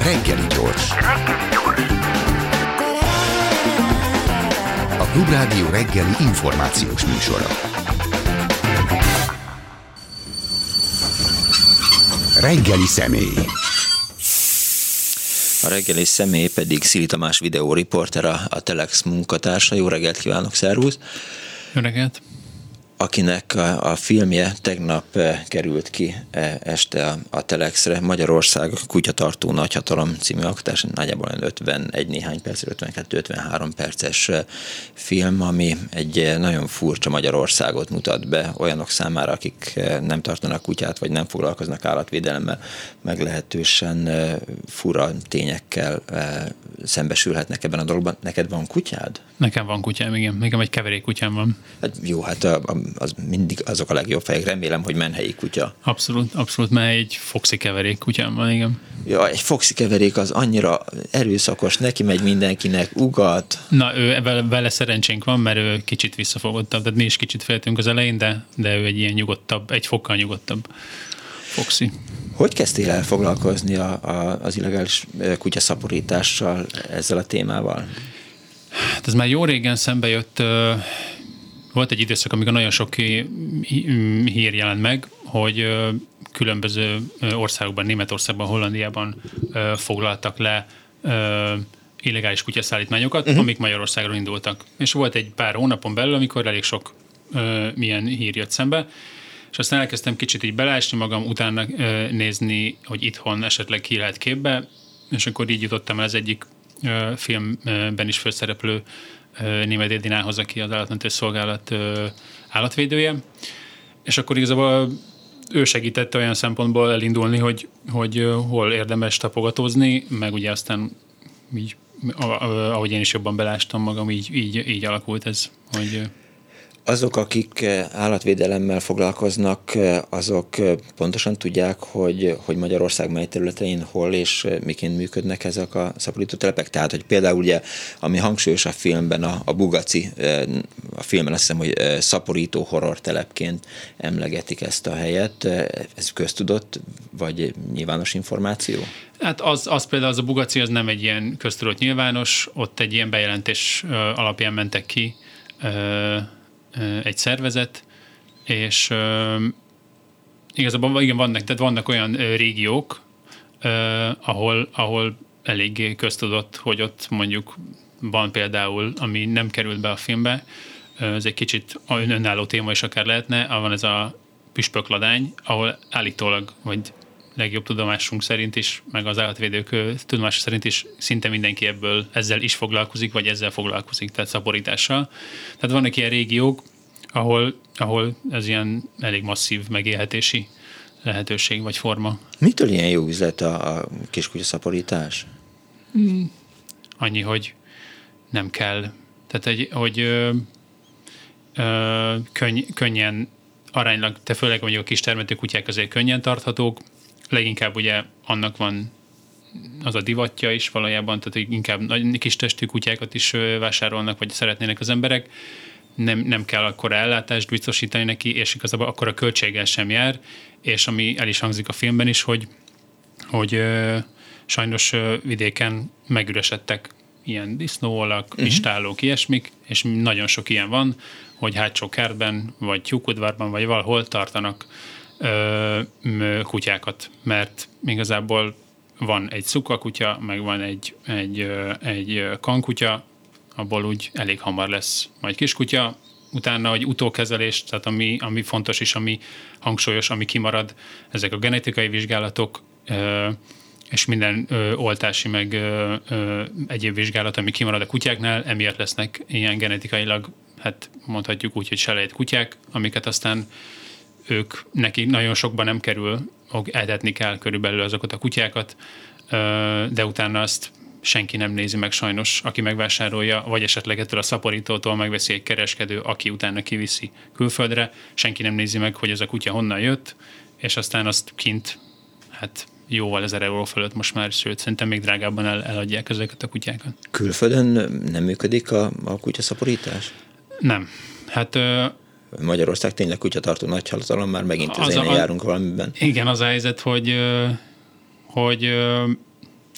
Reggeli gyors. A Klubrádió reggeli információs műsora. Reggeli személy. A reggeli személy pedig Szili Tamás videóriporter, a Telex munkatársa. Jó reggelt kívánok, szervusz! Jó reggelt! Akinek a filmje tegnap került ki este a Telexre, Magyarország kutyatartó nagyhatalom című alkotás, nagyjából 51 néhány perc, 52-53 perces film, ami egy nagyon furcsa Magyarországot mutat be olyanok számára, akik nem tartanak kutyát, vagy nem foglalkoznak állatvédelemmel, meglehetősen fura tényekkel szembesülhetnek ebben a dologban. Neked van kutyád? Nekem van kutyám, igen. Nekem egy keverék kutyám van. Hát jó, hát az mindig azok a legjobb fejek. Remélem, hogy menhelyi kutya. Abszolút, mert egy foxy keverék kutyám van, igen. Ja, egy foxy keverék az annyira erőszakos, neki megy mindenkinek, ugat. Na, vele szerencsénk van, mert ő kicsit visszafogottabb, tehát mi is kicsit féltünk az elején, de ő egy ilyen nyugodtabb, egy fokkal nyugodtabb foxy. Hogy kezdtél el foglalkozni az illegális kutyaszaporítással, ezzel a témával? Hát ez már jó régen szembe jött. Volt egy időszak, amikor nagyon sok hír jelent meg, hogy különböző országokban, Németországban, Hollandiában foglaltak le illegális kutyaszállítmányokat, amik Magyarországról indultak. És volt egy pár hónapon belül, amikor elég sok milyen hír jött szembe, és aztán elkezdtem kicsit így beleásni magam, utána nézni, hogy itthon esetleg ki lehet képbe, és akkor így jutottam el az egyik filmben is főszereplő Németh Édinához, aki az Állatmentő Szolgálat állatvédője, és akkor igazából ő segítette olyan szempontból elindulni, hogy hol érdemes tapogatózni, meg ugye aztán így, ahogy én is jobban belástam magam, így alakult ez, hogy... Azok, akik állatvédelemmel foglalkoznak, azok pontosan tudják, hogy Magyarország mely területein hol és miként működnek ezek a szaporítótelepek? Tehát, hogy például ugye, ami hangsúlyos a filmben, a Bugaci, a filmben azt hiszem, hogy szaporító horror telepként emlegetik ezt a helyet. Ez köztudott, vagy nyilvános információ? Hát az például az a Bugaci, az nem egy ilyen köztudott nyilvános, ott egy ilyen bejelentés alapján mentek ki egy szervezet, és igazából igen, vannak olyan régiók, ahol eléggé köztudott, hogy ott mondjuk van például, ami nem került be a filmbe, ez egy kicsit önálló téma is akár lehetne, van ez a püspökladány, ahol állítólag, vagy legjobb tudomásunk szerint is, meg az állatvédők tudomása szerint is szinte mindenki ebből ezzel is foglalkozik, vagy ezzel foglalkozik, tehát szaporítással. Tehát vannak ilyen régiók, ahol ez ilyen elég masszív megélhetési lehetőség, vagy forma. Mitől ilyen jó üzlet a kiskutyaszaporítás? Annyi, hogy nem kell. Tehát, hogy könnyen, aránylag, te főleg mondjuk a kis termető kutyák azért könnyen tarthatók, leginkább ugye annak van az a divatja is valójában, tehát inkább kis testű kutyákat is vásárolnak, vagy szeretnének az emberek, nem kell akkora ellátást biztosítani neki, és igazából akkora költséggel sem jár, és ami el is hangzik a filmben is, hogy sajnos vidéken megüresedtek ilyen disznóolak, istálók, ilyesmik, és nagyon sok ilyen van, hogy hátsó kertben, vagy tyúkudvarban, vagy valahol tartanak kutyákat, mert igazából van egy szukakutya, meg van egy kankutya, abból úgy elég hamar lesz majd kiskutya, utána, hogy utókezelés, tehát ami fontos és ami hangsúlyos, ami kimarad, ezek a genetikai vizsgálatok, és minden oltási, meg egyéb vizsgálat, ami kimarad a kutyáknál, emiatt lesznek ilyen genetikailag, hát mondhatjuk úgy, hogy selejt kutyák, amiket aztán neki nagyon sokban nem kerül, etetni kell körülbelül azokat a kutyákat, de utána azt senki nem nézi meg sajnos, aki megvásárolja, vagy esetleg ettől a szaporítótól megveszi egy kereskedő, aki utána kiviszi külföldre, senki nem nézi meg, hogy ez a kutya honnan jött, és aztán azt kint, hát jóval 1000 euró fölött most már, sőt, szerintem még drágábban eladják ezeket a kutyákat. Külföldön nem működik a kutyaszaporítás? Nem. Hát... Magyarország tényleg kutyatartó nagyhatalom, már megint ezen járunk valamiben. Igen, az a helyzet, hogy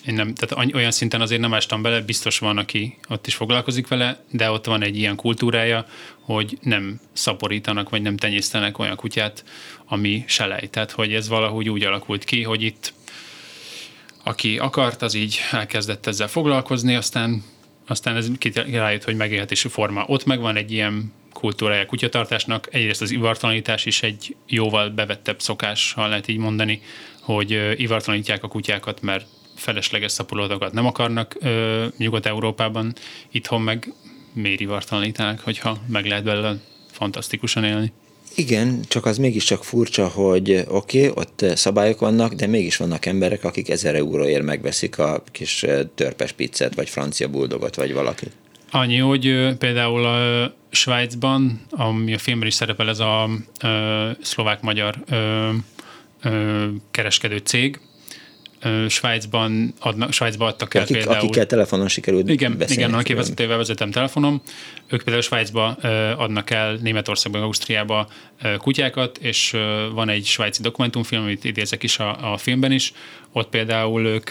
én nem, tehát olyan szinten azért nem ástam bele, biztos van, aki ott is foglalkozik vele, de ott van egy ilyen kultúrája, hogy nem szaporítanak, vagy nem tenyésztenek olyan kutyát, ami selej. Tehát, hogy ez valahogy úgy alakult ki, hogy itt aki akart, az így elkezdett ezzel foglalkozni, aztán ez rájött, hogy megélhetési forma. Ott megvan egy ilyen kultúrája kutyatartásnak. Egyrészt az ivartalanítás is egy jóval bevettebb szokás, ha lehet így mondani, hogy ivartalanítják a kutyákat, mert felesleges szaporodókat nem akarnak Nyugat-Európában. Itthon meg miért ivartalanítanak, hogyha meg lehet belőle fantasztikusan élni. Igen, csak az mégiscsak furcsa, hogy oké, ott szabályok vannak, de mégis vannak emberek, akik 1000 euróért megveszik a kis törpes pizzát, vagy francia buldogot, vagy valakit. Annyi, hogy például a Svájcban, ami a filmben is szerepel, ez a szlovák-magyar kereskedő cég, Svájcba adtak el például... Akikkel telefonon sikerült beszélni. Igen, aki vezetővel vezetem telefonom. Ők például Svájcba adnak el, Németországban, Ausztriába kutyákat, és van egy svájci dokumentumfilm, amit idézek is a filmben is. Ott például ők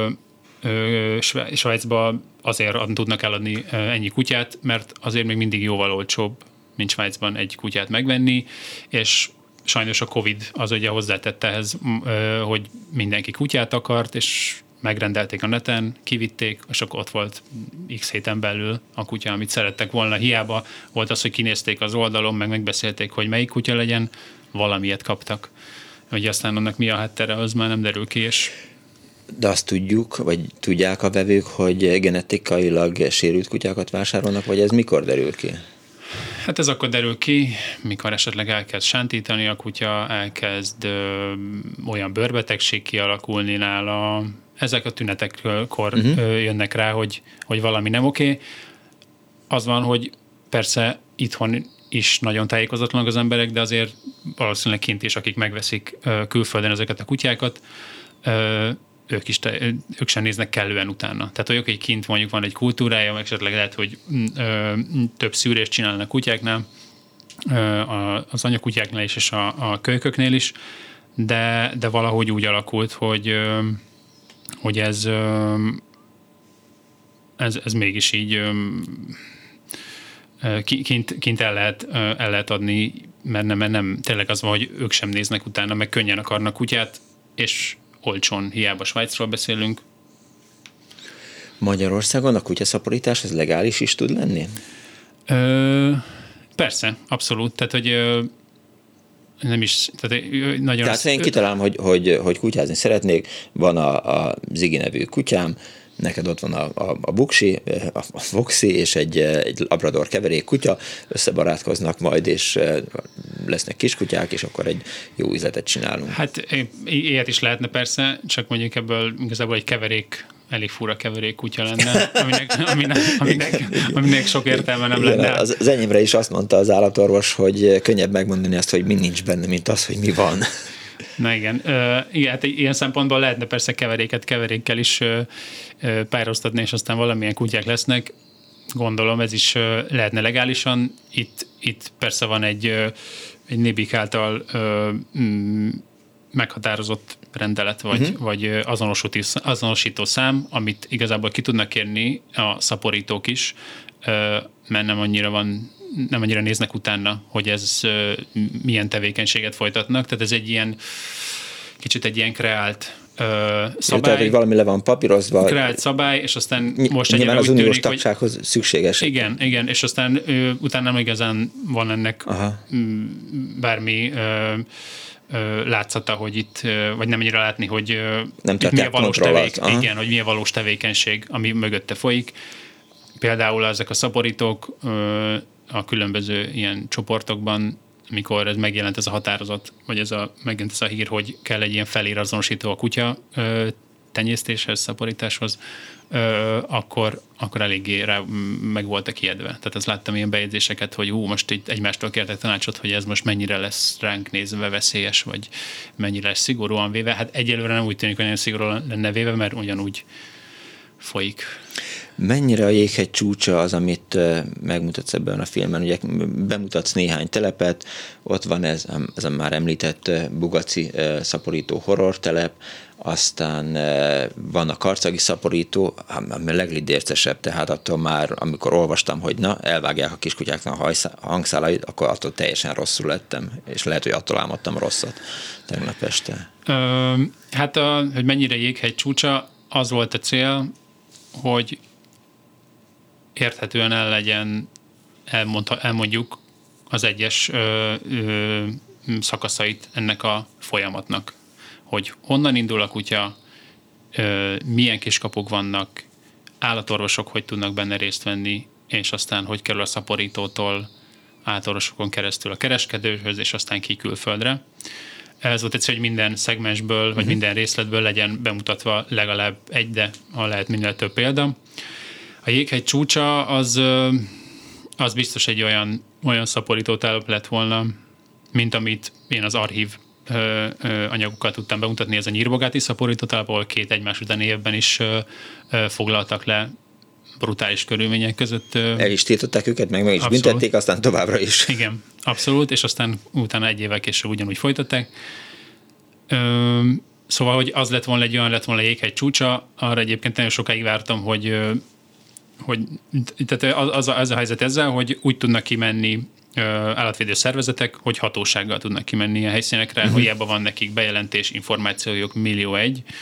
Svájcba azért tudnak eladni ennyi kutyát, mert azért még mindig jóval olcsóbb, mint Svájcban egy kutyát megvenni, és sajnos a Covid az ugye hozzátett ehhez, hogy mindenki kutyát akart, és megrendelték a neten, kivitték, és akkor ott volt x héten belül a kutya, amit szerettek volna. Hiába volt az, hogy kinézték az oldalon, meg megbeszélték, hogy melyik kutya legyen, valamilyet kaptak. Hogy aztán annak mi a háttere, az már nem derül ki, és... De azt tudjuk, vagy tudják a vevők, hogy genetikailag sérült kutyákat vásárolnak, vagy ez mikor derül ki? Hát ez akkor derül ki, mikor esetleg elkezd sántítani a kutya, elkezd olyan bőrbetegség kialakulni nála. Ezek a tünetekkor jönnek rá, hogy valami nem oké. Az van, hogy persze itthon is nagyon tájékozatlanak az emberek, de azért valószínűleg kint is, akik megveszik külföldön ezeket a kutyákat, ők sem néznek kellően utána. Tehát olyanok, hogy kint mondjuk van egy kultúrája, meg esetleg lehet, hogy több szűrést csinálnak kutyáknál, az anyakutyáknál is, és a kölyköknél is, de valahogy úgy alakult, hogy ez mégis így kint el lehet adni, mert nem tényleg az van, hogy ők sem néznek utána, meg könnyen akarnak kutyát, és olcsón, hiába Svájcról beszélünk. Magyarországon a kutyaszaporítás ez legális is tud lenni? Persze, abszolút. Tehát, hogy nem is... nagyon tehát én kitalálom, hogy kutyázni szeretnék, van a Ziggy nevű kutyám, neked ott van a Buksi, a Foxy és egy labrador keverék kutya, összebarátkoznak majd, és lesznek kiskutyák, és akkor egy jó üzletet csinálunk. Hát ilyet is lehetne persze, csak mondjuk ebből igazából egy keverék, elég fura keverék kutya lenne, aminek sok értelme nem lenne. Az enyémre is azt mondta az állatorvos, hogy könnyebb megmondani azt, hogy mi nincs benne, mint az, hogy mi van. Na igen, hát ilyen szempontból lehetne persze keverékkel is pályáztatni, és aztán valamilyen kutyák lesznek. Gondolom, ez is lehetne legálisan. Itt persze van egy NIBIK által meghatározott rendelet, vagy azonosító szám, amit igazából ki tudnak kérni a szaporítók is, mert nem annyira néznek utána, hogy ez milyen tevékenységet folytatnak. Tehát ez kicsit egy ilyen kreált szabály. Tehát, hogy valami le van papírozva. Kreált szabály, és aztán most egyébként az uniós tagsághoz szükséges. Igen, és aztán utána nem igazán van ennek bármi látszata, hogy itt, vagy nem annyira látni, hogy itt mi a valós igen, hogy mi a valós tevékenység, ami mögötte folyik. Például ezek a szaporítók a különböző ilyen csoportokban, amikor ez megjelent ez a határozat, vagy megjelent ez a hír, hogy kell egy ilyen felirazonosító a kutya tenyésztéshez, szaporításhoz, akkor eléggé rá meg voltak ijedve. Tehát azt láttam ilyen bejegyzéseket, hogy most itt egymástól kértek tanácsot, hogy ez most mennyire lesz ránk nézve veszélyes, vagy mennyire lesz szigorúan véve. Hát egyelőre nem úgy tűnik, hogy nagyon szigorúan lenne véve, mert ugyanúgy folyik. Mennyire a Jéghegy csúcsa az, amit megmutatsz ebben a filmben? Ugye bemutatsz néhány telepet, ott van ez a már említett bugaci szaporító horrortelep, aztán van a karcagi szaporító, ami a leglidércesebb, tehát attól már, amikor olvastam, hogy na, elvágják a kiskutyáknak a hangszálait, akkor attól teljesen rosszul lettem, és lehet, hogy attól álmodtam rosszat tegnap este. Hát, hogy mennyire Jéghegy csúcsa, az volt a cél, hogy érthetően el legyen, elmondjuk az egyes szakaszait ennek a folyamatnak. Hogy honnan indul a kutya, milyen kiskapuk vannak, állatorvosok hogy tudnak benne részt venni, és aztán hogy kerül a szaporítótól állatorvosokon keresztül a kereskedőhöz, és aztán ki külföldre. Ez volt egyszerű, hogy minden szegmensből, vagy minden részletből legyen bemutatva legalább egy, de ha lehet minél több példa. A Jéghegy csúcsa az biztos egy olyan szaporítótelep lett volna, mint amit én az archív anyagokkal tudtam bemutatni, ez a nyírbogáti szaporítótelep, ahol 2 egymás utáni évben is foglaltak le brutális körülmények között. El is tiltották őket, meg is büntették, aztán továbbra is. Igen, abszolút, és aztán utána 1 évvel később ugyanúgy folytatták. Szóval, hogy az lett volna egy olyan, lett volna a Jéghegy csúcsa, arra egyébként nagyon sokáig vártam, hogy tehát az a helyzet ezzel, hogy úgy tudnak kimenni állatvédő szervezetek, hogy hatósággal tudnak kimenni a helyszínekre, hogy ebben van nekik bejelentés, információjuk 1 millió.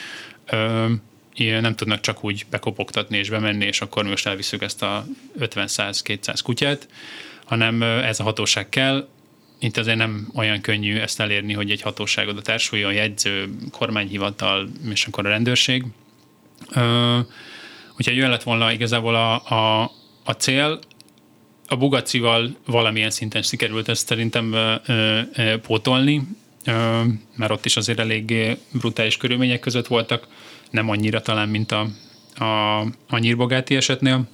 Nem tudnak csak úgy bekopogtatni és bemenni, és akkor most elviszük ezt a 50-100-200 kutyát, hanem ez a hatóság kell. Itt azért nem olyan könnyű ezt elérni, hogy egy hatóság oda társuljon, jegyző, kormányhivatal, és akkor a rendőrség. Úgyhogy olyan lett volna igazából a cél. A bugacival valamilyen szinten sikerült ezt szerintem pótolni, mert ott is azért elég brutális körülmények között voltak, nem annyira talán, mint a nyírbogáti esetnél.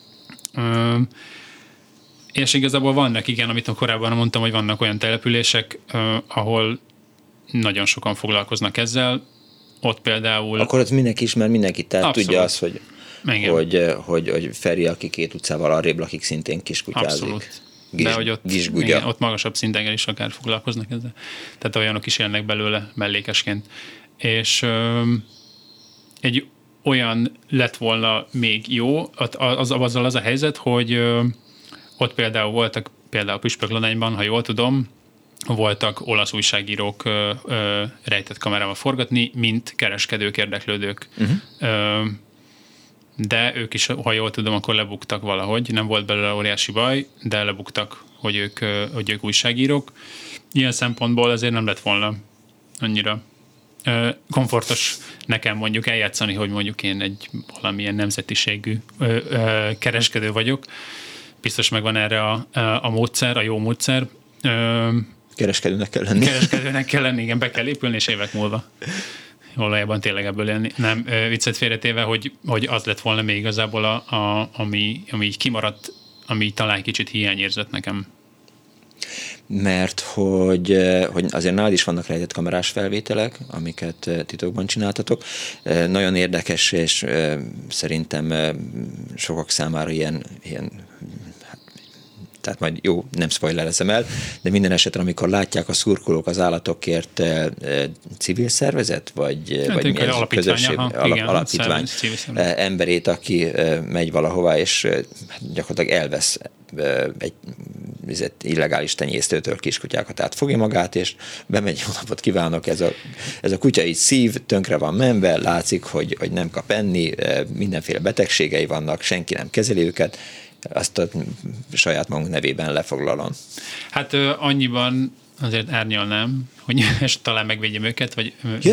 És igazából vannak, igen, amit korábban mondtam, hogy vannak olyan települések, ahol nagyon sokan foglalkoznak ezzel. Ott például... Akkor ott mindenki ismer mindenkit, tehát abszolút. Tudja azt, hogy Feri, aki 2 utcával arrébb lakik, szintén kiskutyázik. Abszolút. De hogy ott magasabb szinten is akár foglalkoznak ezzel. Tehát olyanok is élnek belőle mellékesként. És egy olyan lett volna még jó, azzal az a helyzet, hogy ott például voltak, például Püspökladányban, ha jól tudom, voltak olasz újságírók rejtett kamerával forgatni, mint kereskedők, érdeklődők. De ők is, ha jól tudom, akkor lebuktak valahogy. Nem volt belőle óriási baj, de lebuktak, hogy ők újságírók. Ilyen szempontból azért nem lett volna annyira komfortos nekem mondjuk eljátszani, hogy mondjuk én egy valamilyen nemzetiségű kereskedő vagyok. Biztos megvan erre a módszer, a jó módszer. Kereskedőnek kell lenni. Kereskedőnek kell lenni, igen, be kell épülni, és évek múlva valójában tényleg ebből élni. Nem, viccet félretéve, hogy az lett volna még igazából, ami így kimaradt, ami talán kicsit hiányérzett nekem. Mert hogy azért nálad is vannak rejtett kamerás felvételek, amiket titokban csináltatok. Nagyon érdekes, és szerintem sokak számára ilyen tehát majd jó, nem spoilerezem el, de minden esetre, amikor látják a szurkolók az állatokért civil szervezet, vagy mi ez a közösség, alapítvány emberét, aki megy valahová, és gyakorlatilag elvesz egy illegális tenyésztőtől kiskutyákat, tehát fogja magát, és bemegy, jó napot kívánok, ez a kutya így szív, tönkre van menve, látszik, hogy nem kap enni, mindenféle betegségei vannak, senki nem kezeli őket, azt a saját magunk nevében lefoglalom. Hát annyiban azért árnyalnám, és talán megvédjem őket, vagy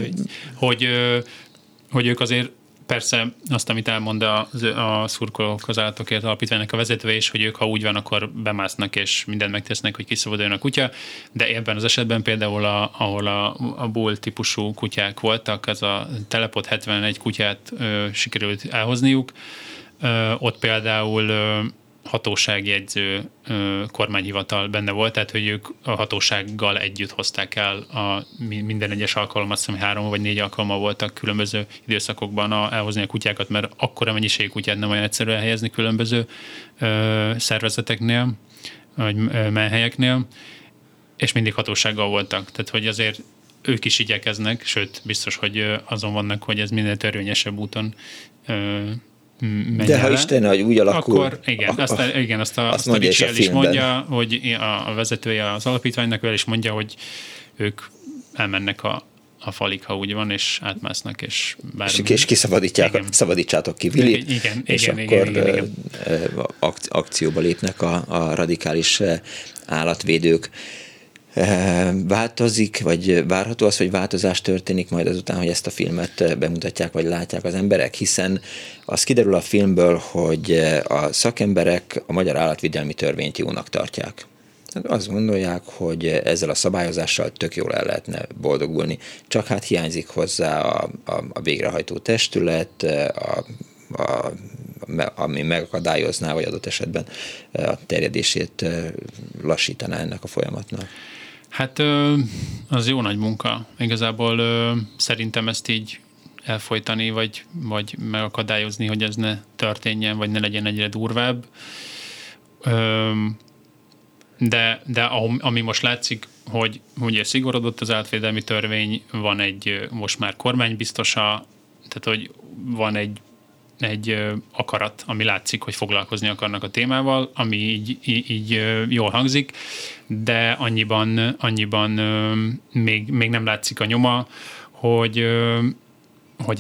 hogy ők azért persze azt, amit elmond a szurkolók az állatokért alapítványnak a vezetője is, hogy ők, ha úgy van, akkor bemásznak és mindent megtesznek, hogy kiszabaduljon a kutya, de ebben az esetben például, ahol a bull típusú kutyák voltak, az a telepot 71 kutyát sikerült elhozniuk, ott például hatóságjegyző kormányhivatal benne volt, tehát hogy ők a hatósággal együtt hozták el minden egyes alkalom, azt hiszem 3 vagy 4 alkalommal voltak különböző időszakokban elhozni a kutyákat, mert akkora mennyiségű kutyát nem olyan egyszerű elhelyezni különböző szervezeteknél, vagy menhelyeknél, és mindig hatósággal voltak. Tehát, hogy azért ők is igyekeznek, sőt, biztos, hogy azon vannak, hogy ez minél törvényesebb úton de ha Isten, hogy úgy alakul... Akkor igen, azt a Ricci el is mondja, hogy a vezetője az alapítványnak el is mondja, hogy ők elmennek a falig, ha úgy van, és átmásznak, és bármi. És szabadítsátok ki Willit, és akkor igen. akcióba lépnek a radikális állatvédők. Változik, vagy várható az, hogy változás történik majd azután, hogy ezt a filmet bemutatják, vagy látják az emberek, hiszen az kiderül a filmből, hogy a szakemberek a magyar állatvédelmi törvényt jónak tartják. Azt gondolják, hogy ezzel a szabályozással tök jól el lehetne boldogulni, csak hát hiányzik hozzá a végrehajtó testület, ami megakadályozná, vagy adott esetben a terjedését lassítaná ennek a folyamatnak. Hát az jó nagy munka. Igazából szerintem ezt így elfojtani, vagy megakadályozni, hogy ez ne történjen, vagy ne legyen egyre durvább. De ami most látszik, hogy ugye szigorodott az állatvédelmi törvény, van egy most már kormánybiztosa, tehát hogy van egy akarat, ami látszik, hogy foglalkozni akarnak a témával, ami így jól hangzik, de annyiban még nem látszik a nyoma, hogy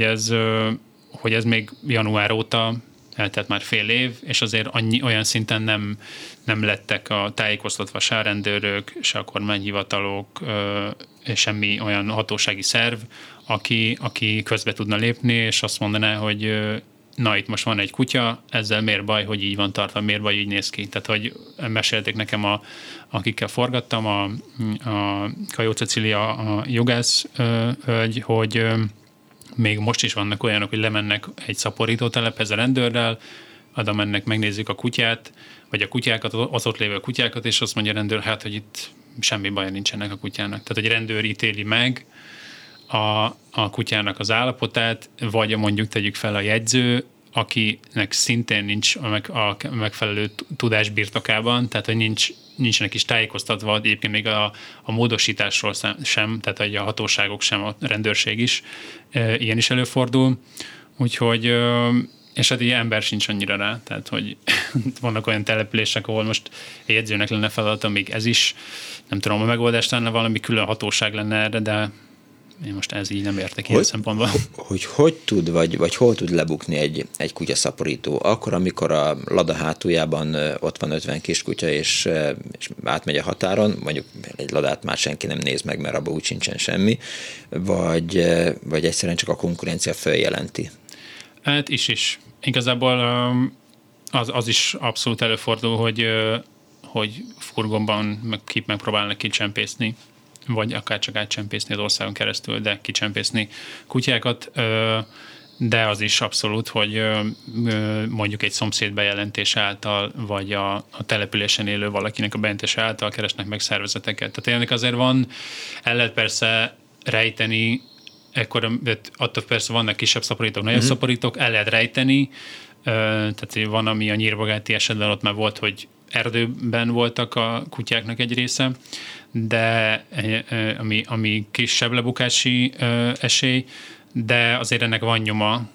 ez még január óta eltelt már fél év, és azért olyan szinten nem lettek tájékoztatva se a rendőrök, se a kormányhivatalok, semmi olyan hatósági szerv, aki közbe tudna lépni, és azt mondaná, hogy na, itt most van egy kutya, ezzel miért baj, hogy így van tartva, miért baj, így néz ki. Tehát, hogy mesélték nekem, akikkel forgattam, a Kajó Cecília, a jogász hölgy, hogy még most is vannak olyanok, hogy lemennek egy szaporítótelephez a rendőrrel, oda mennek, megnézzük a kutyát, vagy a kutyákat, az ott lévő kutyákat, és azt mondja a rendőr, hát, hogy itt semmi baja nincsenek a kutyának. Tehát, hogy a rendőr ítéli meg a kutyának az állapotát, vagy mondjuk tegyük fel a jegyző, akinek szintén nincs a megfelelő tudás birtokában, tehát hogy nincsenek is tájékoztatva egyébként még a módosításról sem, tehát hogy a hatóságok sem, a rendőrség is, ilyen is előfordul. Úgyhogy, és hát ilyen ember sincs annyira rá, tehát hogy vannak olyan települések, ahol most a jegyzőnek lenne feladata, még ez is, nem tudom, a megoldást lenne valami külön hatóság lenne erre, de én most ez így nem értek ilyen szempontból. Hogy tud, vagy hol tud lebukni egy kutyaszaporító? Akkor, amikor a lada hátuljában ott van 50 kiskutya, és átmegy a határon, mondjuk egy ladát már senki nem néz meg, mert abban úgy sincsen semmi, vagy egyszerűen csak a konkurencia feljelenti? Hát is. Igazából az is abszolút előfordul, hogy furgonban megpróbálnak kicsempészni, vagy akár csak átcsempészni az országon keresztül, de kicsempészni kutyákat, de az is abszolút, hogy mondjuk egy szomszéd bejelentése által, vagy a településen élő valakinek a bejelentése által keresnek meg szervezeteket. Tehát ennek azért el lehet persze rejteni, attól persze vannak kisebb szaporítók, nagyobb szaporítók, el lehet rejteni, tehát van, ami a Nyírbogáti esetben ott már volt, hogy erdőben voltak a kutyáknak egy része, de ami kisebb lebukási esély, de azért ennek van nyoma,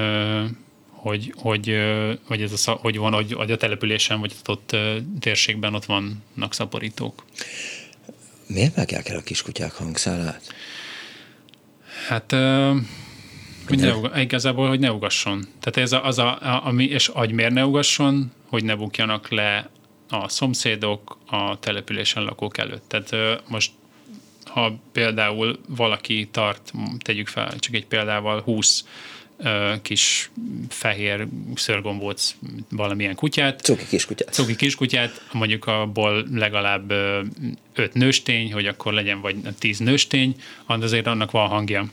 hogy a településen vagy ott térségben ott vannak szaporítók. Miért vágják el a kiskutyák hangszálát? Hát igazából, hogy ne ugasson. Tehát ez és miért ne ugasson, hogy ne bukjanak le a szomszédok a településen lakók előtt. Tehát most, ha például valaki tart, tegyük fel csak egy példával 20 kis fehér szőrgombóc valamilyen kutyát. Cuki kiskutyát, mondjuk abból legalább 5 nőstény, hogy akkor legyen vagy 10 nőstény, azért annak van hangja.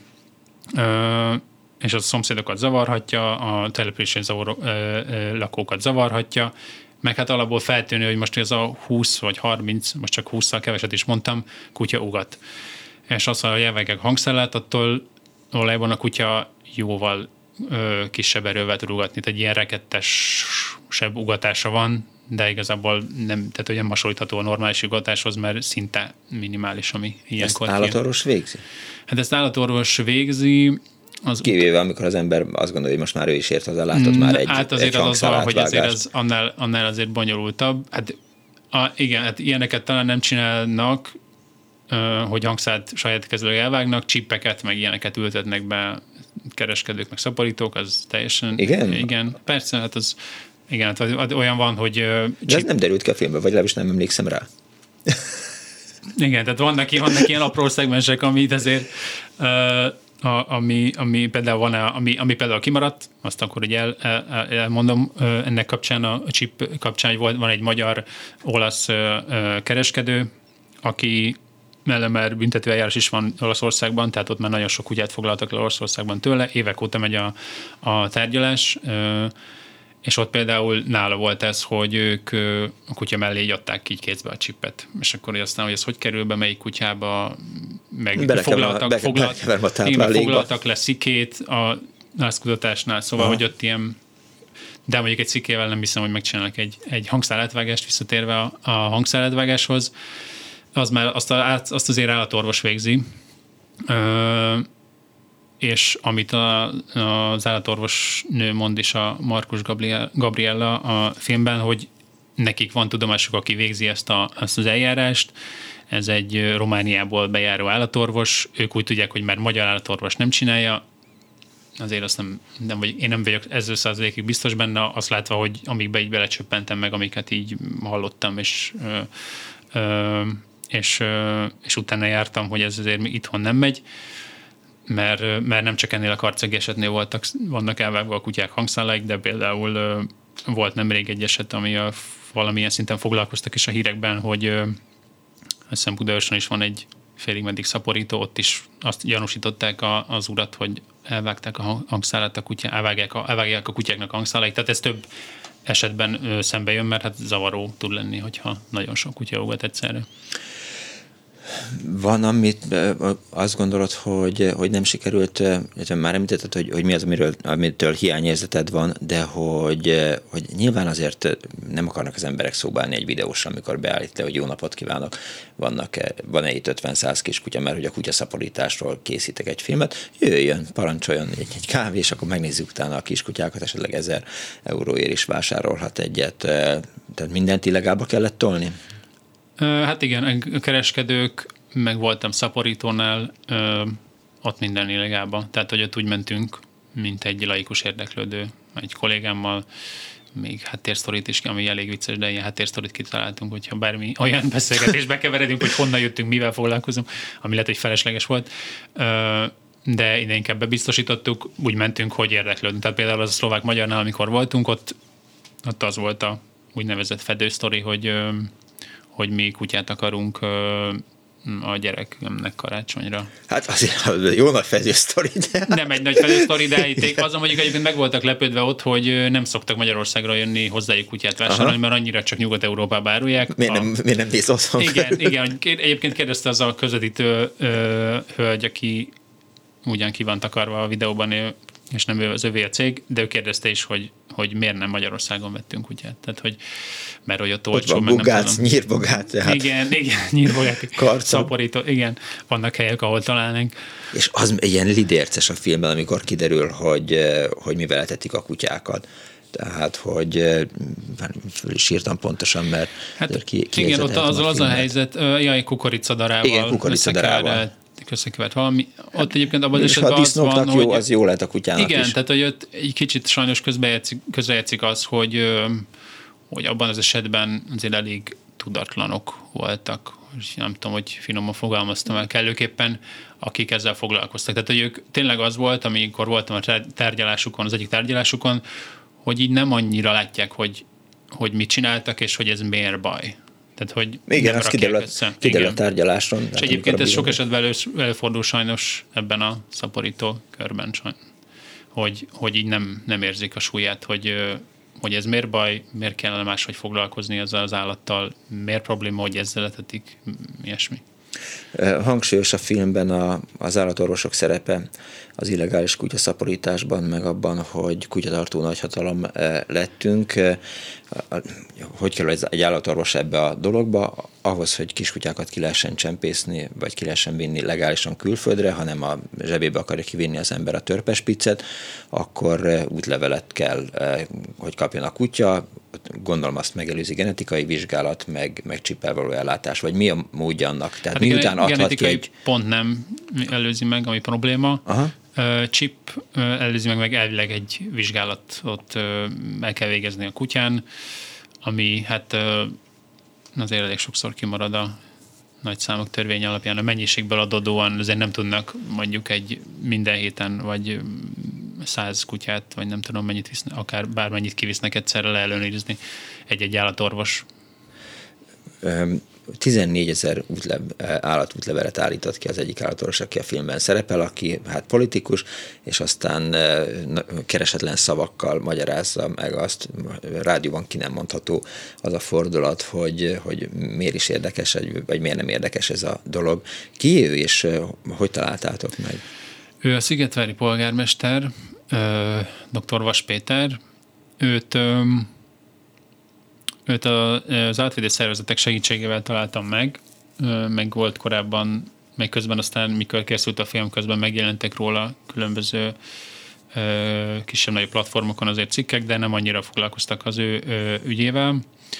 És az a szomszédokat zavarhatja, a településen lakókat zavarhatja, meg hát alapból feltűnő, hogy most ez a 20 vagy 30, most csak 20-szal keveset is mondtam, kutya ugat. És az, hogy elvágják a hangszálát, attól valójában a kutya jóval kisebb erővel tud ugatni, tehát ilyen rekettesebb ugatása van, de igazából nem, tehát hogy nem hasonlítható a normális ugatáshoz, mert szinte minimális, ami ilyenkor. Ezt állatorvos végzi? Hát ezt állatorvos végzi. Kivéve, amikor az ember azt gondolja, hogy most már ő is ért hozzá, látott már egy hát azért egy az van, hogy azért hangszálátvágást. ez annál azért bonyolultabb. Hát igen, hát ilyeneket talán nem csinálnak, hogy hangszát saját kezűleg elvágnak, csippeket, meg ilyeneket ültetnek be kereskedők, meg szaporítók, az teljesen... Igen? Igen, persze, hát az... Igen, hát olyan van, hogy... De ez nem derült ki a filmben, vagy legalábbis nem emlékszem rá. Igen, tehát vannak ilyen apró szegmensek, amit azért... Ami például van, ami például kimaradt, azt akkor ugye elmondom ennek kapcsán, a chip kapcsán, hogy van egy magyar-olasz kereskedő, aki mellett büntetőeljárás is van Olaszországban, tehát ott már nagyon sok kutyát foglaltak le Olaszországban tőle, évek óta megy a tárgyalás, és ott például nála volt ez, hogy ők a kutya mellé így adták így kézbe a csipet. És akkor aztán, hogy ez hogy kerül be, melyik kutyába, meg foglaltak le szikét a házkutatásnál, szóval, hogy ott ilyen, de mondjuk egy szikével nem hiszem, hogy megcsinálnak egy hangszálátvágást, visszatérve a hangszálátvágáshoz. Az már azt azért állatorvos végzi, és amit az állatorvos nő mond is, a Markus Gabriella a filmben, hogy nekik van tudomásuk, aki végzi ezt az eljárást, ez egy Romániából bejáró állatorvos, ők úgy tudják, hogy már magyar állatorvos nem csinálja, azért azt nem vagy én nem vagyok 1000%-ig biztos benne, azt látva, hogy amikbe így belecsöppentem meg, amiket így hallottam, és utána jártam, hogy ez azért itthon nem megy, mert nem csak ennél a karcegi esetnél vannak elvágva a kutyák hangszálaik, de például volt nemrég egy eset, ami valamilyen szinten foglalkoztak is a hírekben, hogy azt hiszem Budaörsön is van egy félig meddig szaporító, ott is azt gyanúsították az urat, hogy elvágták a hangszálát elvágják a kutyáknak a hangszálait, tehát ez több esetben szembe jön, mert hát zavaró tud lenni, hogyha nagyon sok kutya ugat egyszerre. Van, amit azt gondolod, hogy nem sikerült, már említetted, hogy mi az, amitől hiányérzeted van, de hogy nyilván azért nem akarnak az emberek szóba állni egy videósra, amikor beállít le, hogy jó napot kívánok, van-e itt 50-100 kiskutya, mert hogy a kutyaszaporításról készítek egy filmet, jöjjön, parancsoljon egy kávé, és akkor megnézzük utána a kiskutyákat, esetleg 1000 euróért is vásárolhat egyet. Tehát mindent illegálba kellett tolni? Hát igen, a kereskedők, meg voltam szaporítónál, ott minden illegálban. Tehát, hogy ott úgy mentünk, mint egy laikus érdeklődő. Egy kollégámmal még háttérsztorit is, ami elég vicces, de ilyen háttérsztorit kitaláltunk, hogyha bármi olyan beszélgetésbe keveredünk, hogy honnan jöttünk, mivel foglalkozunk, ami lehet, hogy felesleges volt. De ide inkább bebiztosítottuk, úgy mentünk, hogy érdeklődünk. Tehát például az a szlovák-magyarnál, amikor voltunk, ott az volt a úgynevezett fedősztori, hogy mi kutyát akarunk a gyerekemnek karácsonyra. Hát azért jó nagy fedősztori, de... Nem egy nagy fedősztori, de azon mondjuk egyébként meg voltak lepődve ott, hogy nem szoktak Magyarországra jönni hozzájuk kutyát vásárolni, mert annyira csak Nyugat-Európába árulják. Miért nem bíz otthon? Igen. Egyébként kérdezte az a közvetítő hölgy, aki ugyan ki van takarva a videóban, és nem az övé a cég, de ő kérdezte is, hogy miért nem Magyarországon vettünk kutyát. Tehát, hogy mert hogy ott olcsó, meg Bugát, nem tudom. Nyírbogát. Tehát igen, Nyírbogát, szaporító, igen, vannak helyek, ahol találnánk. És az ilyen lidérces a filmben, amikor kiderül, hogy mivel etetik a kutyákat. Tehát, hogy föl is írtam pontosan, mert igen, ott az a helyzet, kukoricadarával. Igen, kukoricadarával. Összekevert valami. Ott egyébként abban az esetben az van, hogy... az jó lehet a kutyának igen, is. Tehát, hogy ott egy kicsit sajnos közrejátszik az, hogy abban az esetben azért elég tudatlanok voltak, és nem tudom, hogy finoman fogalmaztam el kellőképpen, akik ezzel foglalkoztak. Tehát, hogy ők tényleg az volt, amikor voltam a tárgyalásukon, az egyik tárgyalásukon, hogy így nem annyira látják, hogy mit csináltak, és hogy ez miért baj. Tehát, hogy igen, az kiderül a tárgyaláson. És egyébként ez sok esetben előfordul sajnos ebben a szaporító körben, hogy így nem érzik a súlyát, hogy hogy ez miért baj, miért kellene máshogy foglalkozni ezzel az állattal, miért probléma, hogy ezzel etetik, ilyesmi. Hangsúlyos a filmben az állatorvosok szerepe az illegális kutyaszaporításban, meg abban, hogy kutyatartó nagyhatalom lettünk. Hogy kell egy állatorvos ebbe a dologba? Ahhoz, hogy kiskutyákat ki lehessen csempészni, vagy ki lehessen vinni legálisan külföldre, hanem a zsebébe akarja kivinni az ember a törpespiccet, akkor útlevelet kell, hogy kapjon a kutya. Gondolom azt megelőzi genetikai vizsgálat, meg csippel való ellátás, vagy mi a módja annak? Tehát hát miután adhat ki egy... pont nem előzi meg, ami probléma. Aha. Chip előzi meg elvileg egy vizsgálatot el kell végezni a kutyán, ami hát azért elég sokszor kimarad a nagy számok törvény alapján. A mennyiségből adódóan azért nem tudnak mondjuk egy minden héten, vagy 100 kutyát, vagy nem tudom mennyit visznek, akár bármennyit kivisznek egyszerre leellenőrizni egy állatorvos. 14 000 állatútlevelet állított ki az egyik állatorvos, aki a filmben szerepel, aki hát politikus, és aztán keresetlen szavakkal magyarázza meg azt, rádióban ki nem mondható az a fordulat, hogy miért is érdekes, vagy miért nem érdekes ez a dolog. Ki ő, és hogy találtátok meg? Ő a szigetvári polgármester, dr. Vas Péter. Őt az állatvédő szervezetek segítségével találtam meg volt korábban, meg közben aztán, mikor készült a film, közben megjelentek róla különböző kisebb-nagyobb platformokon azért cikkek, de nem annyira foglalkoztak az ő ügyével.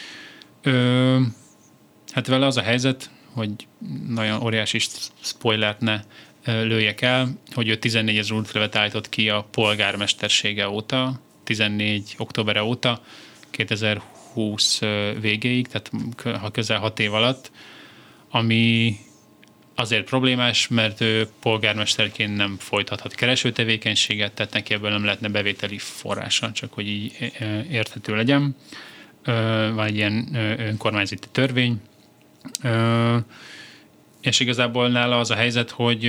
Hát vele az a helyzet, hogy nagyon óriási spoilert ne lőjek el, hogy ő 14 000 útlevelet állított ki a polgármestersége óta, 14 októbere óta, 2020 végéig, tehát közel 6 év alatt, ami azért problémás, mert ő polgármesterként nem folytathat keresőtevékenységet, tehát neki ebből nem lehetne bevételi forrása, csak hogy így érthető legyen. Van egy ilyen önkormányzati törvény, és igazából nála az a helyzet, hogy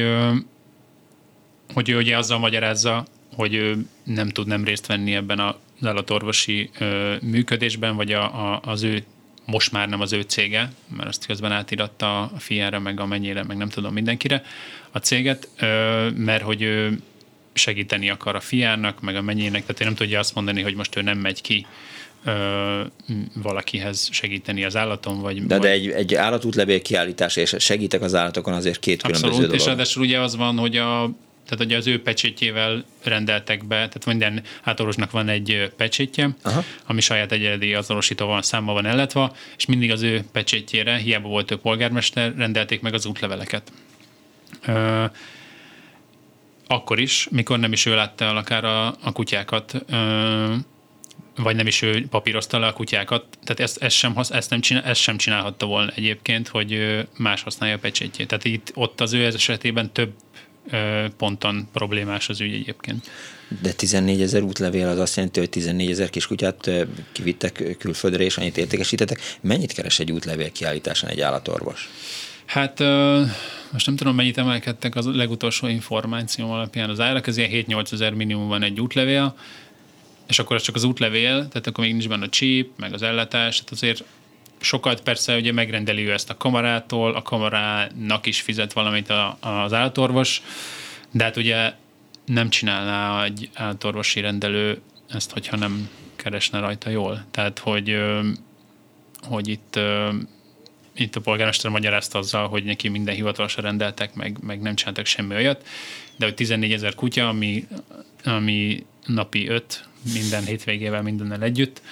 ő ugye azzal magyarázza, hogy ő nem tud nem részt venni ebben az állatorvosi működésben, vagy az ő, most már nem az ő cége, mert azt közben átiratta a fiára, meg a mennyire, meg nem tudom mindenkire a céget, mert hogy ő segíteni akar a fiának, meg a mennyének, tehát ő nem tudja azt mondani, hogy most ő nem megy ki valakihez segíteni az állaton, vagy... De egy állatútlevél kiállítás, és segítek az állatokon, azért két abszolút, különböző dolog. És ráadásul ugye az van, hogy tehát ugye az ő pecsétjével rendeltek be, tehát minden állatorvosnak van egy pecsétje, aha, ami saját egyedi azonosítóval számmal van ellátva, és mindig az ő pecsétjére, hiába volt ő polgármester, rendelték meg az útleveleket. Akkor is, mikor nem is ő látta el akár a kutyákat, vagy nem is ő papírozta le a kutyákat, tehát ezt sem csinálhatta volna egyébként, hogy más használja a pecsétjét. Tehát ott az ő esetében több ponton problémás az ügy egyébként. De 14 000 útlevél az azt jelenti, hogy 14 000 kiskutyát kivittek külföldre, és annyit értékesítettek. Mennyit keres egy útlevél kiállításán egy állatorvos? Hát most nem tudom, mennyit emelkedtek az legutolsó információ alapján az árak, ez ilyen 7-8 000 minimum van egy útlevél, és akkor ez csak az útlevél, tehát akkor még nincs benne a chip, meg az ellátás, tehát azért sokat persze ugye megrendeli ő ezt a kamarától, a kamarának is fizet valamit az állatorvos, de hát ugye nem csinálná egy állatorvosi rendelő ezt, hogyha nem keresne rajta jól. Tehát, hogy itt a polgármester magyarázta azzal, hogy neki minden hivatalosan rendeltek, meg nem csináltak semmi olyat, de hogy 14 000 kutya, ami napi 5, minden hétvégével, mindennel együtt,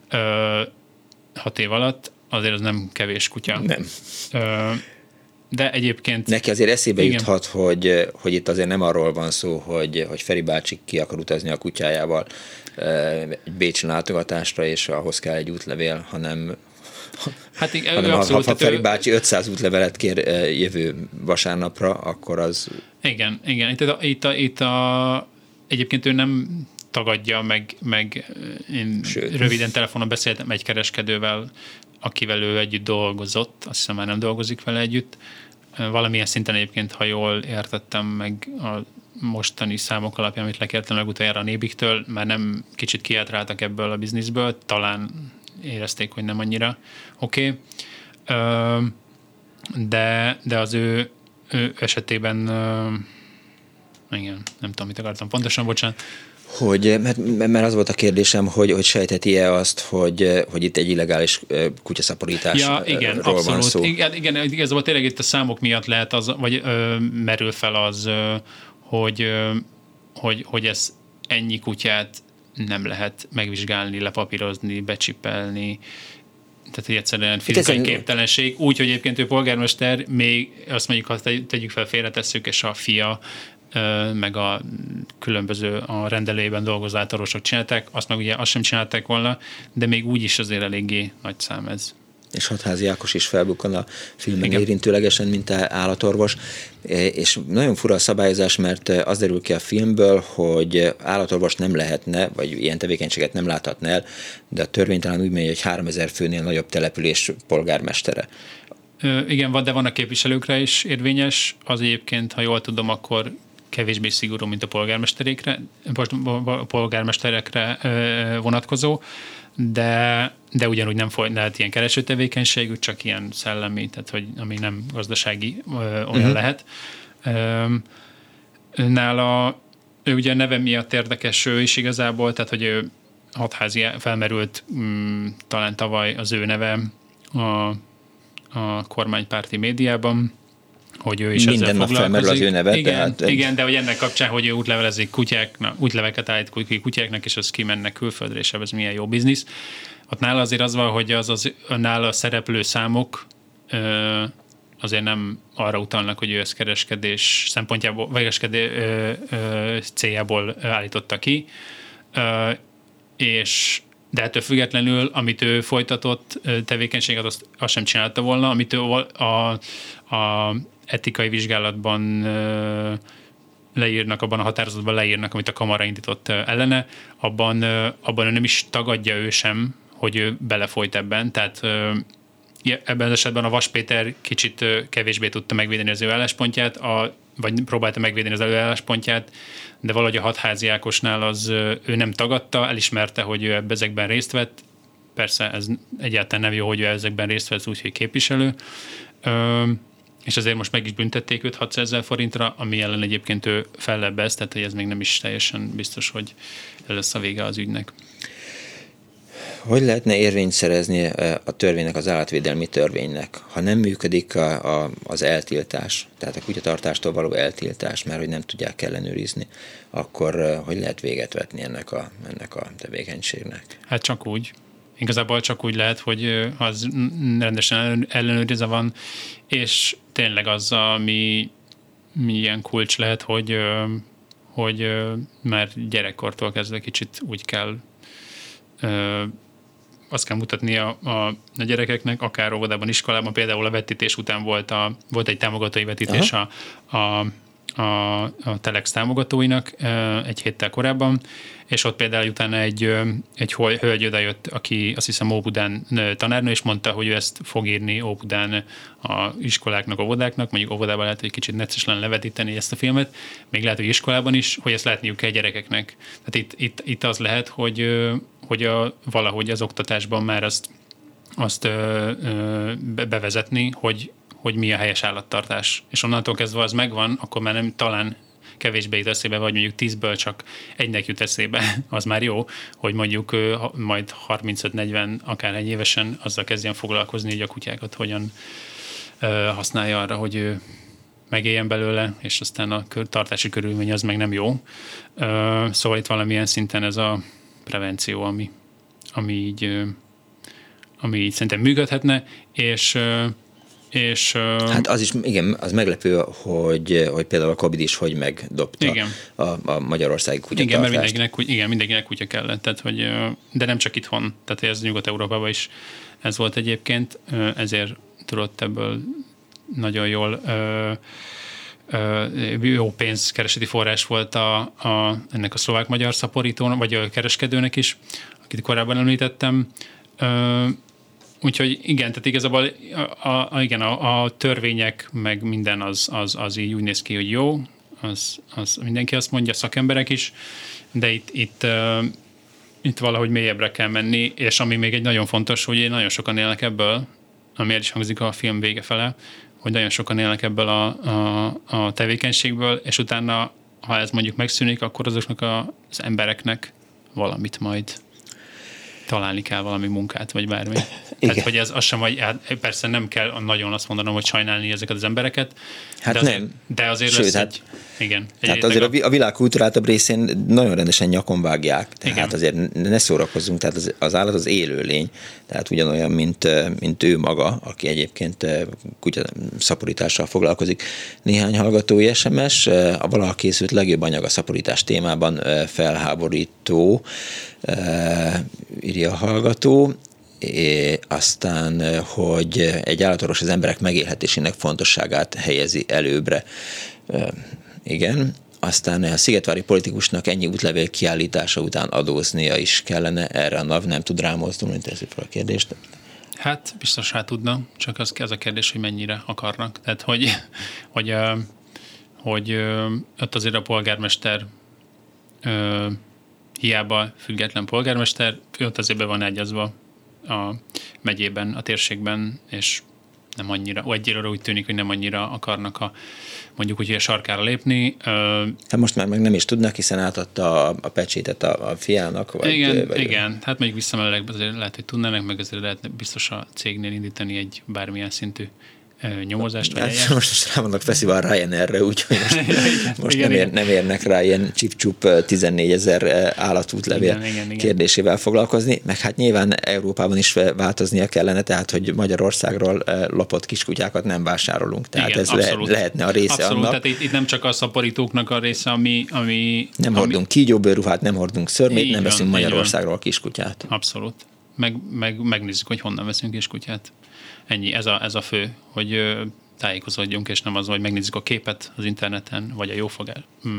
6 év alatt, azért az nem kevés kutya. Nem. De egyébként... Neki azért eszébe juthat, hogy itt azért nem arról van szó, hogy Feri bácsi ki akar utazni a kutyájával egy bécsi látogatásra, és ahhoz kell egy útlevél, hanem abszolút, ha Feri bácsi 500 útlevelet kér jövő vasárnapra, akkor az... Igen. Itt egyébként ő nem tagadja, meg én röviden telefonon beszéltem egy kereskedővel, akivel ő együtt dolgozott, azt hiszem már nem dolgozik vele együtt. Valamilyen szinten egyébként, ha jól értettem, meg mostani számok alapján, amit lekértem legutoljára a Nébiktől, már nem kicsit kiátráltak ebből a bizniszből, talán érezték, hogy nem annyira oké. De az ő esetében igen, nem tudom, mit akartam pontosan, bocsánat. Mert az volt a kérdésem, hogy sejtheti-e azt, hogy itt egy illegális kutyaszaporításról van szó. Igen, igazából tényleg itt a számok miatt lehet az, vagy merül fel az, hogy ez ennyi kutyát nem lehet megvizsgálni, lepapírozni, becsippelni, tehát hogy egyszerűen fizikai-képtelenség. Úgy, hogy egyébként ő polgármester, még azt mondjuk, ha tegyük fel, félretesszük, és a fia meg a különböző a rendelőjében dolgozó átorvosok csinálták, azt meg ugye azt sem csinálták volna, de még úgy is azért eléggé nagy szám ez. És Hatházi Ákos is felbukkan a filmben érintőlegesen, mint állatorvos, és nagyon fura a szabályozás, mert az derül ki a filmből, hogy állatorvos nem lehetne, vagy ilyen tevékenységet nem láthatna el, de a törvény talán úgy mondja, hogy 3000 főnél nagyobb település polgármestere. Igen, de van a képviselőkre is érvényes, az egyébként, ha jól tudom, akkor kevésbé szigorú, mint a polgármesterekre vonatkozó, de ugyanúgy nem lehet ilyen kereső tevékenységük, csak ilyen szellemi, tehát hogy ami nem gazdasági olyan lehet. Nála ő ugye a neve miatt érdekes ő is igazából, tehát hogy ő Hatházi felmerült talán tavaly az ő neve a kormánypárti médiában, hogy ő is minden nap felmerül az ő neve. Igen, de hogy ennek kapcsán, hogy ő útleveket állít kutyáknak, és az kimennek külföldre, és ez milyen jó biznisz. Ott nála azért az van, hogy nála szereplő számok azért nem arra utalnak, hogy ő ezt kereskedés szempontjából, vagy céljából állította ki, de ettől függetlenül, amit ő folytatott tevékenységet, azt sem csinálta volna, amit ő a etikai vizsgálatban leírnak, abban a határozatban leírnak, amit a kamara indított ellene, abban ő nem is tagadja ő sem, hogy ő belefolyt ebben, tehát ebben az esetben a Vas Péter kicsit kevésbé tudta megvédeni az ő álláspontját, vagy próbálta megvédeni az ő álláspontját, de valahogy a Hatházi Ákosnál ő nem tagadta, elismerte, hogy ő ezekben részt vett. Persze ez egyáltalán nem jó, hogy ő ezekben részt vett, úgyhogy képviselő. És azért most meg is büntették őt 600 000 forintra, ami ellen egyébként ő fellebbez, tehát hogy ez még nem is teljesen biztos, hogy ez lesz a vége az ügynek. Hogy lehetne érvényt szerezni a törvénynek, az állatvédelmi törvénynek, ha nem működik az eltiltás, tehát a kutyatartástól való eltiltás, mert hogy nem tudják ellenőrizni, akkor hogy lehet véget vetni ennek a tevékenységnek? Hát csak úgy. Igazából csak úgy lehet, hogy az rendesen ellenőrizve van, és tényleg az, ami ilyen kulcs lehet, hogy már gyerekkortól kezdve kicsit úgy kell azt kell mutatni a gyerekeknek, akár óvodában, iskolában, például a vetítés után volt egy támogatói vetítés a Telex támogatóinak egy héttel korábban, és ott például utána egy hölgy odajött, aki azt hiszem Óbudán tanárnő, és mondta, hogy ő ezt fog írni Óbudán a iskoláknak, óvodáknak, mondjuk óvodában lehet, hogy kicsit necces lenne levetíteni ezt a filmet, még lehet, hogy iskolában is, hogy ezt látniuk kell gyerekeknek. Tehát itt az lehet, hogy valahogy az oktatásban már azt bevezetni, hogy mi a helyes állattartás. És onnantól kezdve az megvan, akkor már nem talán kevésbé jut eszébe, vagy mondjuk 10-ből csak egynek jut eszébe, az már jó, hogy mondjuk majd 35-40, akár egy évesen azzal kezdjen foglalkozni, hogy a kutyákat hogyan használja arra, hogy ő megéljen belőle, és aztán a tartási körülmény az meg nem jó. Szóval itt valamilyen szinten ez a prevenció, ami így szerintem működhetne, és hát az is, igen, az meglepő, hogy például a Covid is hogy megdobta a magyarországi kutyatartást. Igen, mindenkinek kutya kellett, tehát, de nem csak itthon, tehát ez Nyugat-Európában is ez volt egyébként, ezért tudott ebből nagyon jól jó pénzkereseti forrás volt ennek a szlovák-magyar szaporítónak, vagy a kereskedőnek is, akit korábban említettem. Úgyhogy igen, tehát igazából a törvények, meg minden az így úgy néz ki, hogy jó, az mindenki azt mondja, szakemberek is, de itt valahogy mélyebbre kell menni, és ami még egy nagyon fontos, hogy nagyon sokan élnek ebből, ami el is hangzik a film vége fele, hogy nagyon sokan élnek ebből a tevékenységből, és utána, ha ez mondjuk megszűnik, akkor azoknak az embereknek valamit majd találni kell, valami munkát, vagy bármi. Tehát, hogy ez az sem, hogy persze nem kell nagyon azt mondanom, hogy sajnálni ezeket az embereket, hát de azért sőt, lesz igen. Tehát azért a világ kulturáltabb részén nagyon rendesen nyakon vágják, tehát igen. Azért ne szórakozzunk, tehát az állat az élőlény, tehát ugyanolyan, mint ő maga, aki egyébként kutyaszaporítással foglalkozik. Néhány hallgatói SMS, a valaha készült legjobb anyag a szaporítás témában felháborító, írja a hallgató, aztán, hogy egy állatorvos az emberek megélhetésének fontosságát helyezi előbbre. Igen, aztán a szigetvári politikusnak ennyi útlevél kiállítása után adóznia is kellene, erre a NAV nem tud rámozdulni, teszi fel a kérdést. Hát biztos rá tudna, csak az a kérdés, hogy mennyire akarnak. Tehát, hogy ott azért a polgármester hiába független polgármester, ott azért be van egyezve a megyében, a térségben, és nem annyira, egyre úgy tűnik, hogy nem annyira akarnak mondjuk úgy, hogy a sarkára lépni. Hát most már meg nem is tudnak, hiszen átadta a pecsétet a fiának. Igen, hát mondjuk visszamenőleg azért lehet, hogy tudnának, meg azért lehet biztos a cégnél indítani egy bármilyen szintű nyomozást. Hát most rá vannak fesztivál Ryanairre, úgyhogy most nem érnek rá ilyen csip-csup 14 000 állatútlevél kérdésével foglalkozni, meg hát nyilván Európában is változnia kellene, tehát hogy Magyarországról lopott kiskutyákat nem vásárolunk, tehát igen, ez lehetne a része abszolút, annak. Tehát itt nem csak a szaporítóknak a része, ami nem hordunk kígyóbőrruhát, nem hordunk szörmét, nem veszünk Magyarországról a kiskutyát. Abszolút. Megnézzük, hogy honnan veszünk kiskutyát. Ennyi, ez a fő, hogy tájékozódjunk, és nem az, hogy megnézzük a képet az interneten, vagy a jófogás.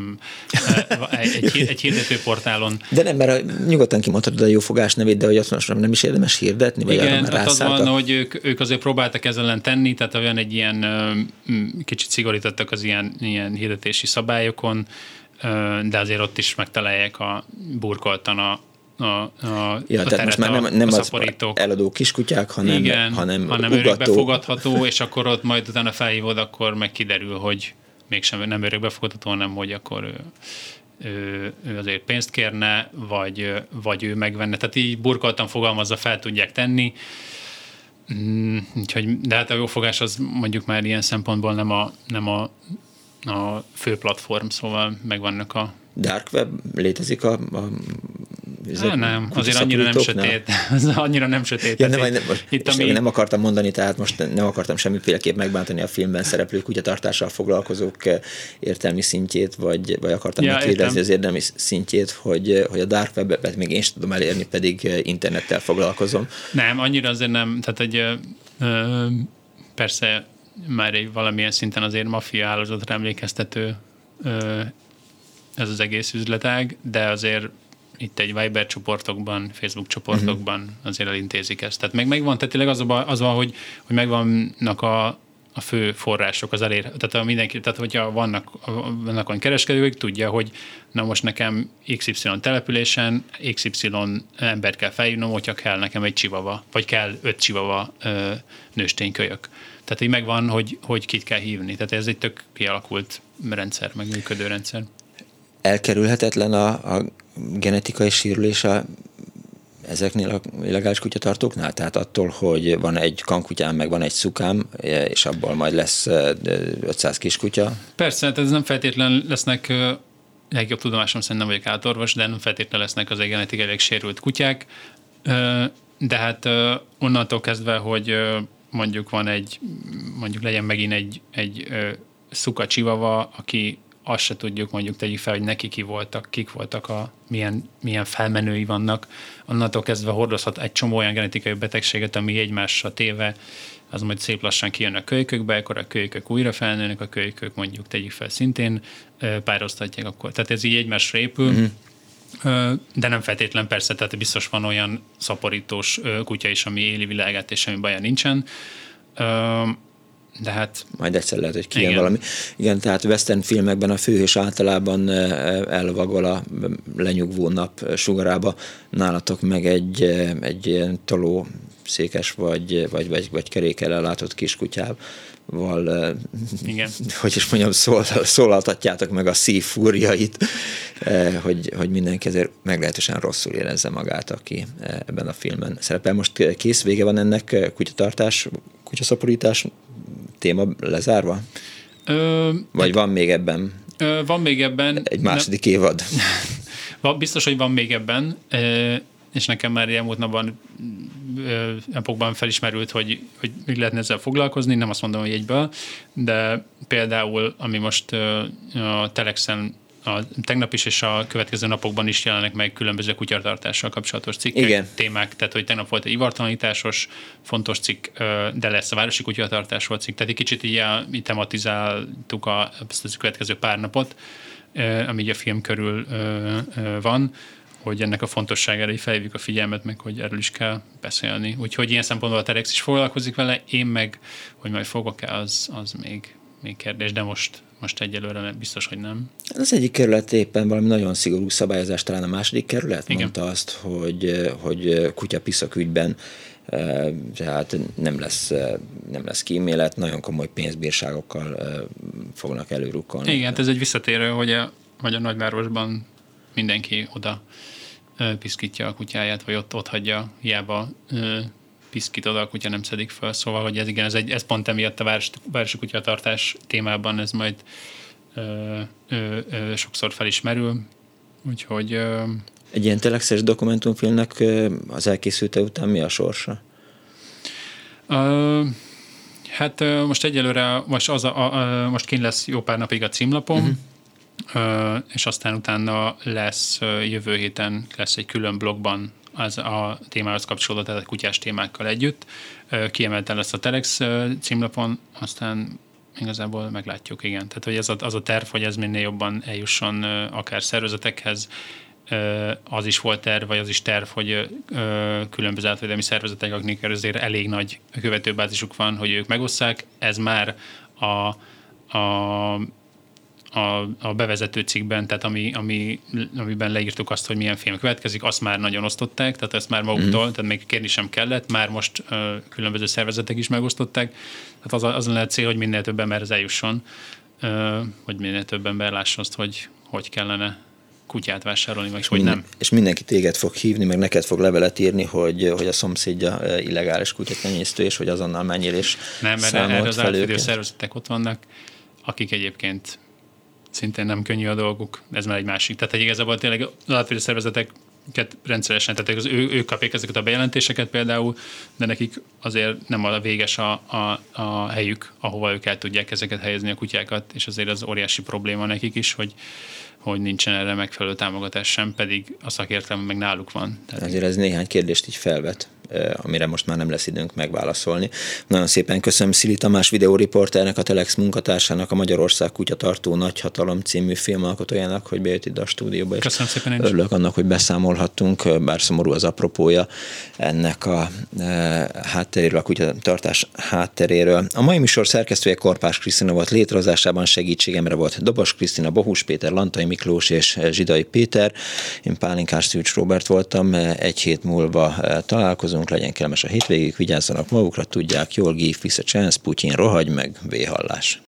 Egy hirdetőportálon. De nem, mert nyugodtan kimondhatod a jófogás nevét, de hogy azt most nem is érdemes hirdetni, vagy igen, arra hát az van, hogy ők azért próbáltak ezzel ellen tenni, tehát olyan egy ilyen kicsit szigorítottak az ilyen hirdetési szabályokon, de azért ott is megtalálják burkoltan a tehát most már nem az eladó kiskutyák, hanem örökbefogadható, és akkor ott majd utána felhívod, akkor meg kiderül, hogy mégsem nem örökbefogadható, hanem hogy akkor ő azért pénzt kérne, vagy ő megvenne. Tehát így burkoltan fogalmazza, fel tudják tenni. Úgyhogy, de hát a jófogás az mondjuk már ilyen szempontból nem a fő platform, szóval megvannak a Dark web létezik nem, azért annyira nem sötét. Annyira nem sötét. Ja, nem akartam mondani, tehát most nem akartam semmiféleképp megbántani a filmben szereplő kutyatartással foglalkozók értelmi szintjét, vagy akartam megkérdezni az érdemi szintjét, hogy a Dark webet még én sem tudom elérni, pedig internettel foglalkozom. Nem, annyira azért nem, tehát persze már egy valamilyen szinten azért maffia hálózatra emlékeztető ez az egész üzletág, de azért itt egy Viber csoportokban, Facebook csoportokban azért elintézik ezt. Tehát megvan, tehát tényleg az van, hogy megvannak a fő források, tehát mindenki, tehát hogyha vannak olyan kereskedők, tudja, hogy na most nekem XY településen XY embert kell felhívnom, hogyha kell nekem egy csivava, vagy kell 5 csivava nősténykölyök. Tehát így megvan, hogy kit kell hívni. Tehát ez egy tök kialakult rendszer, meg működő rendszer. Elkerülhetetlen a genetikai sérülés ezeknél a illegális kutyatartóknál? Tehát attól, hogy van egy kankutyám, meg van egy szukám, és abból majd lesz 500 kiskutya? Persze, hát ez nem feltétlen lesznek, legjobb tudomásom szerint nem vagyok állatorvos, de nem feltétlen lesznek az genetikailag sérült kutyák, de hát onnantól kezdve, hogy mondjuk legyen megint egy szuka csivava, aki azt se tudjuk, mondjuk tegyük fel, hogy neki kik voltak, milyen felmenői vannak, onnantól kezdve hordozhat egy csomó olyan genetikai betegséget, ami egymásra téve, az majd szép lassan kijön a kölykökbe, akkor a kölykök újra felnőnek, a kölykök mondjuk tegyük fel szintén pároztatják akkor. Tehát ez így egymásra épül, de nem feltétlen persze, tehát biztos van olyan szaporítós kutya is, ami éli világát, és semmi baja nincsen. de hát... Majd egyszer lehet, hogy kijön valami. Igen, tehát western filmekben a főhős általában elvagol a lenyugvó nap sugarába, nálatok meg egy ilyen tolószékes vagy kerékkel ellátott kiskutyával, hogy is mondjam, szólaltatjátok meg a szív fúrjait, hogy mindenki ezért meglehetősen rosszul érezze magát, aki ebben a filmben szerepel. Most kész, vége van ennek, kutyaszaporítás téma lezárva? Vagy van még ebben? Van még ebben. Egy második évad. Biztos, hogy van még ebben, és nekem már elmúlt napokban felismerült, hogy még lehetne ezzel foglalkozni, nem azt mondom, hogy egyből, de például, ami most a Telexen tegnap is és a következő napokban is jelennek meg különböző kutyatartással kapcsolatos cikkek, igen. Témák, tehát hogy tegnap volt egy ivartalanításos fontos cikk, de lesz a városi kutyatartásról cikk, tehát egy kicsit így tematizáltuk ezt a következő pár napot, ami így a film körül van, hogy ennek a fontosságára így felhívjuk a figyelmet, meg hogy erről is kell beszélni. Úgyhogy ilyen szempontból a Telex is foglalkozik vele, én meg, hogy majd fogok-e, az még kérdés, de most egyelőre biztos, hogy nem. Az egyik kerület éppen valami nagyon szigorú szabályozás, talán a második kerület igen. Mondta azt, hogy kutyapiszak ügyben tehát nem lesz kímélet, nagyon komoly pénzbírságokkal fognak előrukkolni. Igen, ez egy visszatérő, hogy a nagyvárosban mindenki oda piszkítja a kutyáját, vagy ott hagyja, hiába piszkít oda, a kutya nem szedik fel. Szóval, hogy ez igen, ez pont emiatt a városi kutyatartás témában ez majd sokszor felismerül. Úgyhogy... Egy ilyen telexes dokumentumfilmnek az elkészülte után mi a sorsa? Hát most egyelőre, most kint lesz jó pár napig a címlapom, és aztán utána lesz jövő héten lesz egy külön blogban az a témához kapcsolódó, tehát a kutyás témákkal együtt. Kiemelten lesz a Telex címlapon, aztán igazából meglátjuk, igen. Tehát, hogy az a terv, hogy ez minél jobban eljusson akár szervezetekhez, az is volt terv, vagy az is terv, hogy különböző állatvédelmi szervezetek, akiknek azért elég nagy követőbázisuk van, hogy ők megosszák. Ez már a bevezető cikkben, tehát amiben leírtuk azt, hogy milyen film következik, azt már nagyon osztották, tehát ezt már maguktól, tehát még kérni sem kellett, már most különböző szervezetek is megosztották. Tehát az lehet cél, hogy minél több ember eljusson, hogy minél több ember lássa azt, hogy kellene kutyát vásárolni, meg hogy nem. És mindenki téged fog hívni, meg neked fog levelet írni, hogy a szomszédja illegális kutyatenyésztő, és hogy azonnal menjél és nem, mert erre az állatvédő szervezetek ott vannak, akik egyébként szintén nem könnyű a dolguk, ez már egy másik. Tehát igazából tényleg az állatvédő szervezeteket rendszeresen, tehát ők kapják ezeket a bejelentéseket például, de nekik azért nem a véges a helyük, ahova ők el tudják ezeket helyezni a kutyákat, és azért az óriási probléma nekik is, hogy nincsen erre megfelelő támogatás sem, pedig a szakértelem meg náluk van. Tehát azért ez néhány kérdést így felvet, amire most már nem lesz időnk megválaszolni. Nagyon szépen köszönöm Szili Tamás videóriporternek, a Telex munkatársának, a Magyarország Kutyatartó Nagyhatalom című filmalkotójának, hogy bejött ide a stúdióba. Köszönöm szépen én is. Örülök annak, hogy beszámolhattunk, bár szomorú az apropója ennek a hátteréről, a kutyatartás hátteréről. A mai műsor szerkesztője Korpás Krisztina volt, létrehozásában segítségemre volt Dobos Krisztina, Bohus Péter, Lantai Miklós és Zsidai Péter. Én Pálinkás Szűcs Róbert voltam, egy hét múlva találkozunk, legyen kellemes a hétvégig, vigyázzanak magukra, tudják jól, give peace a chance, Putyin rohagy meg, véhallás.